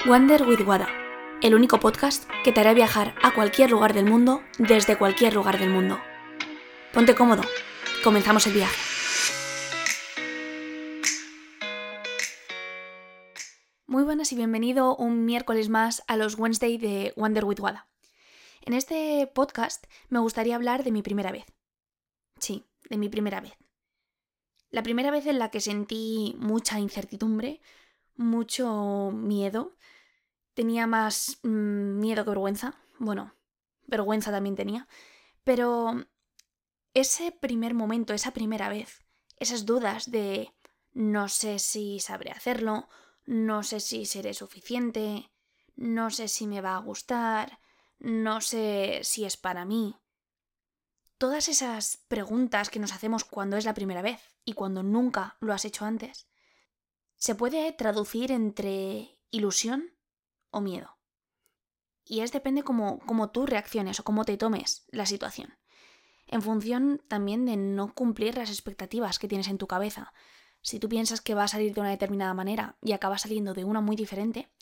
Wander with Wada, el único podcast que te hará viajar a cualquier lugar del mundo desde cualquier lugar del mundo. Ponte cómodo, comenzamos el viaje. Muy buenas y bienvenido un miércoles más a los Wednesday de Wander with Wada. En este podcast me gustaría hablar de mi primera vez. Sí, de mi primera vez. La primera vez en la que sentí mucha incertidumbre, mucho miedo. Tenía más miedo que vergüenza. Bueno, vergüenza también tenía. Pero ese primer momento, esa primera vez, esas dudas de no sé si sabré hacerlo, no sé si seré suficiente, no sé si me va a gustar, no sé si es para mí. Todas esas preguntas que nos hacemos cuando es la primera vez y cuando nunca lo has hecho antes, se puede traducir entre ilusión o miedo. Y depende cómo tú reacciones o cómo te tomes la situación. En función también de no cumplir las expectativas que tienes en tu cabeza. Si tú piensas que va a salir de una determinada manera y acaba saliendo de una muy diferente,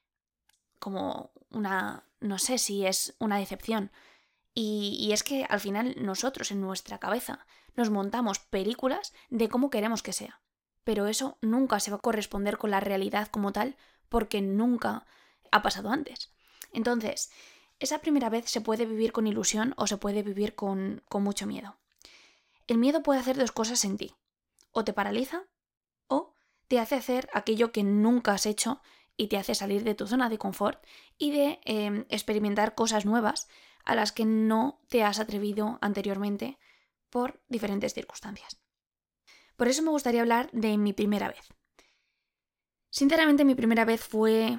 como no sé si es una decepción. Y es que al final nosotros en nuestra cabeza nos montamos películas de cómo queremos que sea. Pero eso nunca se va a corresponder con la realidad como tal porque nunca ha pasado antes. Entonces, esa primera vez se puede vivir con ilusión o se puede vivir con mucho miedo. El miedo puede hacer dos cosas en ti. O te paraliza o te hace hacer aquello que nunca has hecho y te hace salir de tu zona de confort y de experimentar cosas nuevas a las que no te has atrevido anteriormente por diferentes circunstancias. Por eso me gustaría hablar de mi primera vez. Sinceramente, mi primera vez fue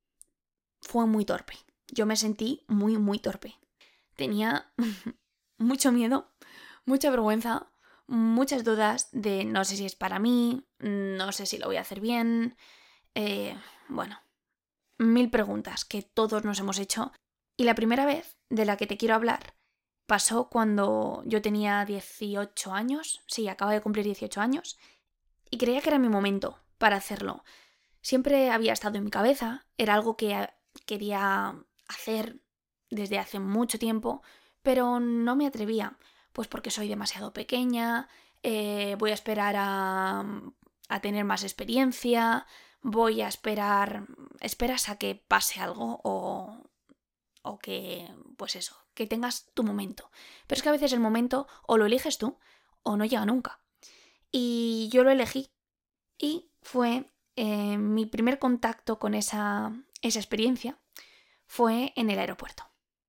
muy torpe. Yo me sentí muy torpe. Tenía mucho miedo, mucha vergüenza, muchas dudas de no sé si es para mí, no sé si lo voy a hacer bien. Bueno, 1000 preguntas que todos nos hemos hecho. Y la primera vez de la que te quiero hablar pasó cuando yo tenía 18 años. Sí, acabo de cumplir 18 años. Y creía que era mi momento para hacerlo. Siempre había estado en mi cabeza, era algo que quería hacer desde hace mucho tiempo, pero no me atrevía, pues porque soy demasiado pequeña, voy a esperar a tener más experiencia, voy a esperas a que pase algo o que, pues eso, que tengas tu momento. Pero es que a veces el momento o lo eliges tú o no llega nunca. Y yo lo elegí y fue mi primer contacto con esa experiencia fue en el aeropuerto.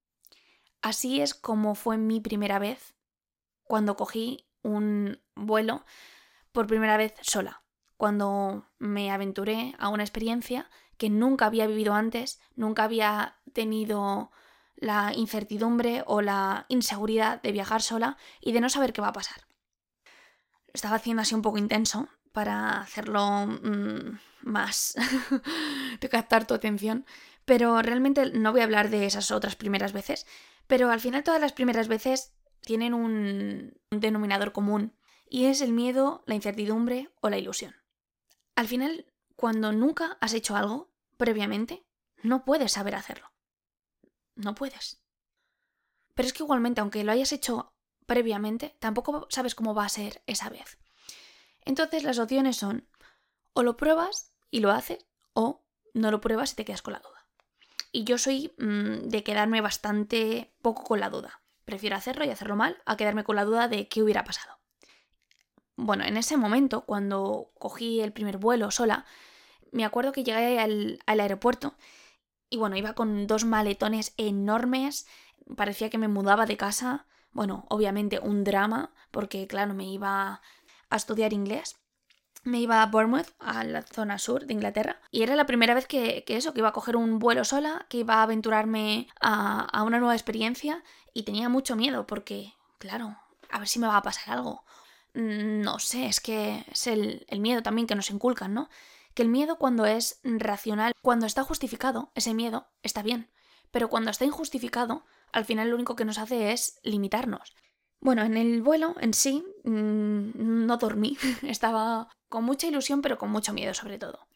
Así es como fue mi primera vez cuando cogí un vuelo por primera vez sola. Cuando me aventuré a una experiencia que nunca había vivido antes, nunca había tenido la incertidumbre o la inseguridad de viajar sola y de no saber qué va a pasar. Lo estaba haciendo así un poco intenso para hacerlo más de captar tu atención, pero realmente no voy a hablar de esas otras primeras veces, pero al final todas las primeras veces tienen un denominador común y es el miedo, la incertidumbre o la ilusión. Al final, cuando nunca has hecho algo previamente, no puedes saber hacerlo. No puedes. Pero es que igualmente, aunque lo hayas hecho previamente, tampoco sabes cómo va a ser esa vez. Entonces las opciones son o lo pruebas y lo haces o no lo pruebas y te quedas con la duda. Y yo soy de quedarme bastante poco con la duda. Prefiero hacerlo y hacerlo mal a quedarme con la duda de qué hubiera pasado. Bueno, en ese momento, cuando cogí el primer vuelo sola, me acuerdo que llegué al aeropuerto y bueno, iba con 2 maletones enormes, parecía que me mudaba de casa. Bueno, obviamente un drama, porque claro, me iba a estudiar inglés. Me iba a Bournemouth, a la zona sur de Inglaterra, y era la primera vez que iba a coger un vuelo sola, que iba a aventurarme a una nueva experiencia, y tenía mucho miedo porque, claro, a ver si me va a pasar algo. No sé, es que es el miedo también que nos inculcan, ¿no? Que el miedo cuando es racional, cuando está justificado, ese miedo está bien, pero cuando está injustificado, al final lo único que nos hace es limitarnos. Bueno, en el vuelo en sí no dormí, estaba con mucha ilusión pero con mucho miedo sobre todo.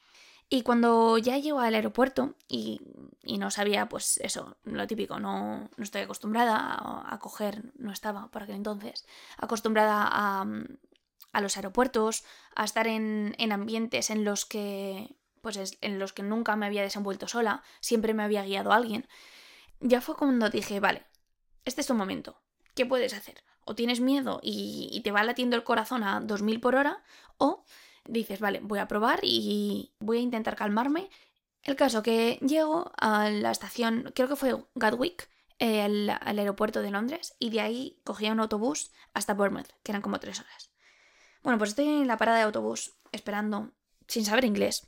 Y cuando ya llego al aeropuerto y no sabía, pues eso, lo típico, no estoy acostumbrada a coger, no estaba por aquel entonces, acostumbrada a los aeropuertos, a estar en ambientes en los que, pues en los que nunca me había desenvuelto sola, siempre me había guiado alguien. Ya fue cuando dije, vale, este es tu momento, ¿qué puedes hacer? O tienes miedo y te va latiendo el corazón a 2000 por hora, o dices, vale, voy a probar y voy a intentar calmarme. El caso que llego a la estación, creo que fue Gatwick, al aeropuerto de Londres, y de ahí cogía un autobús hasta Bournemouth, que eran como 3 horas. Bueno, pues estoy en la parada de autobús esperando, sin saber inglés.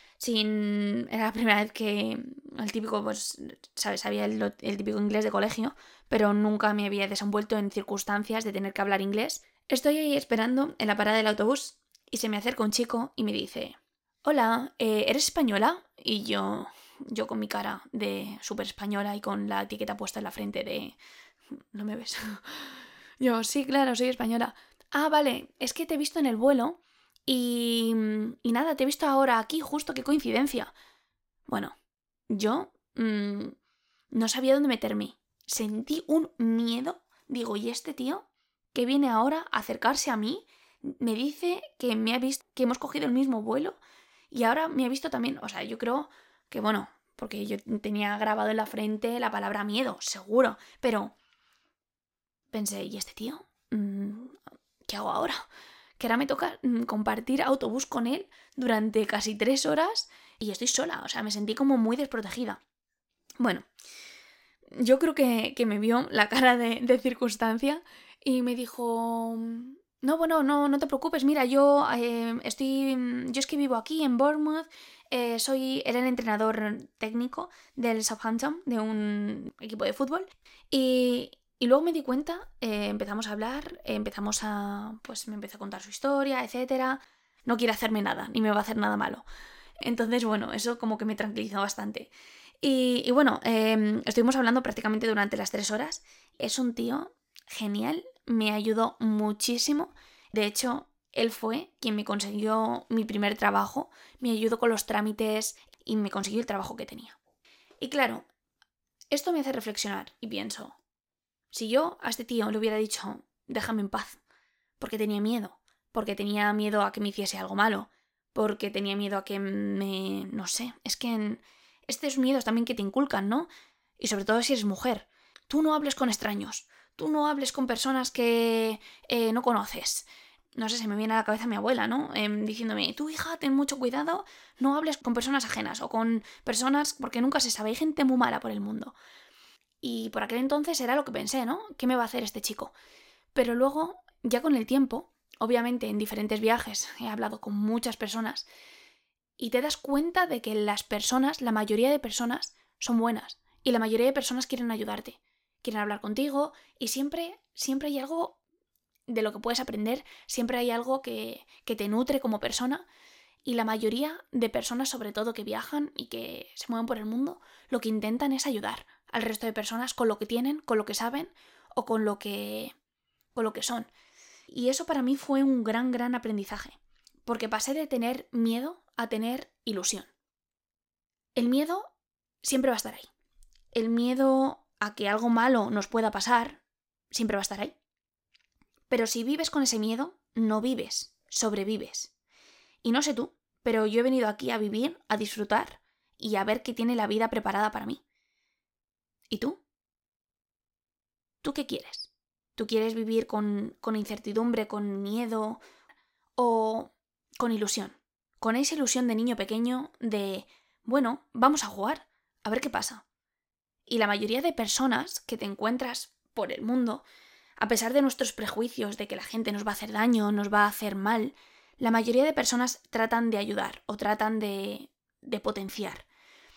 Era la primera vez que el típico, pues, ¿sabes? Sabía el típico inglés de colegio, pero nunca me había desenvuelto en circunstancias de tener que hablar inglés. Estoy ahí esperando en la parada del autobús y se me acerca un chico y me dice, hola, ¿eres española? Y yo con mi cara de súper española y con la etiqueta puesta en la frente de... ¿No me ves? Yo, sí, claro, soy española. Ah, vale, es que te he visto en el vuelo y nada, te he visto ahora aquí, justo, qué coincidencia. Bueno, yo no sabía dónde meterme. Sentí un miedo. Digo, ¿y este tío que viene ahora a acercarse a mí? Me dice que me ha visto, que hemos cogido el mismo vuelo y ahora me ha visto también. O sea, yo creo que, bueno, porque yo tenía grabado en la frente la palabra miedo, seguro. Pero pensé, ¿y este tío? ¿Qué hago ahora? Que ahora me toca compartir autobús con él durante casi 3 horas y estoy sola, o sea, me sentí como muy desprotegida. Bueno, yo creo que me vio la cara de circunstancia y me dijo, no, bueno, no te preocupes, mira, yo es que vivo aquí en Bournemouth, era el entrenador técnico del Southampton, de un equipo de fútbol, y luego me di cuenta, empezamos a hablar, pues me empezó a contar su historia, etcétera. No quiere hacerme nada, ni me va a hacer nada malo. Entonces, bueno, eso como que me tranquilizó bastante. Y bueno, estuvimos hablando prácticamente durante las 3 horas. Es un tío genial, me ayudó muchísimo. De hecho, él fue quien me consiguió mi primer trabajo, me ayudó con los trámites y me consiguió el trabajo que tenía. Y claro, esto me hace reflexionar y pienso, si yo a este tío le hubiera dicho, déjame en paz, porque tenía miedo a que me hiciese algo malo, porque tenía miedo a que no sé, es que estos miedos también que te inculcan, ¿no? Y sobre todo si eres mujer. Tú no hables con extraños, tú no hables con personas que no conoces. No sé, se me viene a la cabeza mi abuela, ¿no? Diciéndome, tú hija, ten mucho cuidado, no hables con personas ajenas o con personas, porque nunca se sabe, hay gente muy mala por el mundo. Y por aquel entonces era lo que pensé, ¿no? ¿Qué me va a hacer este chico? Pero luego, ya con el tiempo, obviamente en diferentes viajes, he hablado con muchas personas y te das cuenta de que la mayoría de personas son buenas y la mayoría de personas quieren ayudarte, quieren hablar contigo y siempre hay algo de lo que puedes aprender, siempre hay algo que te nutre como persona y la mayoría de personas, sobre todo que viajan y que se mueven por el mundo, lo que intentan es ayudar al resto de personas con lo que tienen, con lo que saben o con lo que son. Y eso para mí fue un gran aprendizaje, porque pasé de tener miedo a tener ilusión. El miedo siempre va a estar ahí. El miedo a que algo malo nos pueda pasar siempre va a estar ahí. Pero si vives con ese miedo, no vives, sobrevives. Y no sé tú, pero yo he venido aquí a vivir, a disfrutar y a ver qué tiene la vida preparada para mí. ¿Y tú? ¿Tú qué quieres? ¿Tú quieres vivir con incertidumbre, con miedo o con ilusión? Con esa ilusión de niño pequeño de, bueno, vamos a jugar, a ver qué pasa. Y la mayoría de personas que te encuentras por el mundo, a pesar de nuestros prejuicios de que la gente nos va a hacer daño, nos va a hacer mal, la mayoría de personas tratan de ayudar o tratan de potenciar.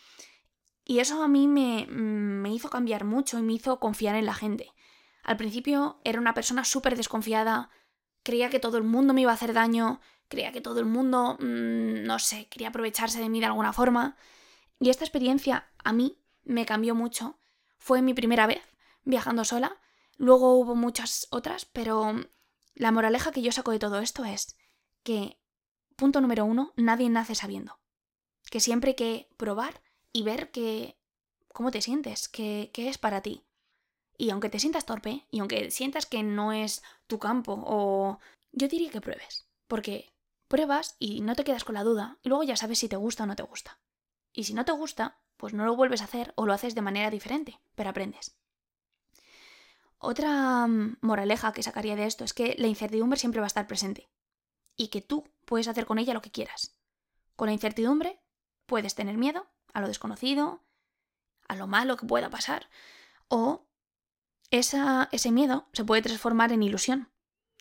Y eso a mí me hizo cambiar mucho y me hizo confiar en la gente. Al principio era una persona súper desconfiada, creía que todo el mundo me iba a hacer daño, creía que todo el mundo, no sé, quería aprovecharse de mí de alguna forma. Y esta experiencia a mí me cambió mucho. Fue mi primera vez viajando sola, luego hubo muchas otras, pero la moraleja que yo saco de todo esto es que, punto número 1, nadie nace sabiendo. que siempre hay que probar y ver cómo te sientes, qué es para ti. Y aunque te sientas torpe, y aunque sientas que no es tu campo, yo diría que pruebes. Porque pruebas y no te quedas con la duda, y luego ya sabes si te gusta o no te gusta. Y si no te gusta, pues no lo vuelves a hacer o lo haces de manera diferente, pero aprendes. Otra moraleja que sacaría de esto es que la incertidumbre siempre va a estar presente y que tú puedes hacer con ella lo que quieras. Con la incertidumbre puedes tener miedo a lo desconocido, a lo malo que pueda pasar, o ese miedo se puede transformar en ilusión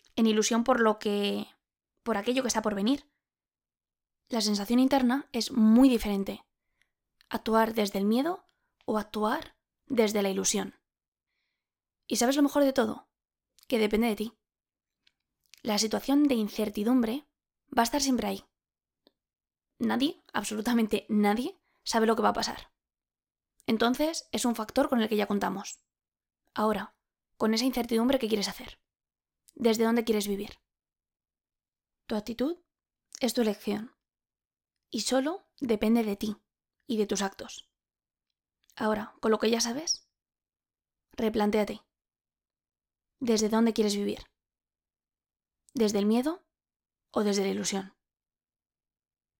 por aquello que está por venir. La sensación interna es muy diferente. Actuar desde el miedo o actuar desde la ilusión. ¿Y sabes lo mejor de todo? Que depende de ti. La situación de incertidumbre va a estar siempre ahí. Nadie, absolutamente nadie, sabe lo que va a pasar. Entonces es un factor con el que ya contamos. Ahora, con esa incertidumbre, ¿qué quieres hacer? ¿Desde dónde quieres vivir? Tu actitud es tu elección. Y solo depende de ti y de tus actos. Ahora, con lo que ya sabes, replantéate. ¿Desde dónde quieres vivir? ¿Desde el miedo o desde la ilusión?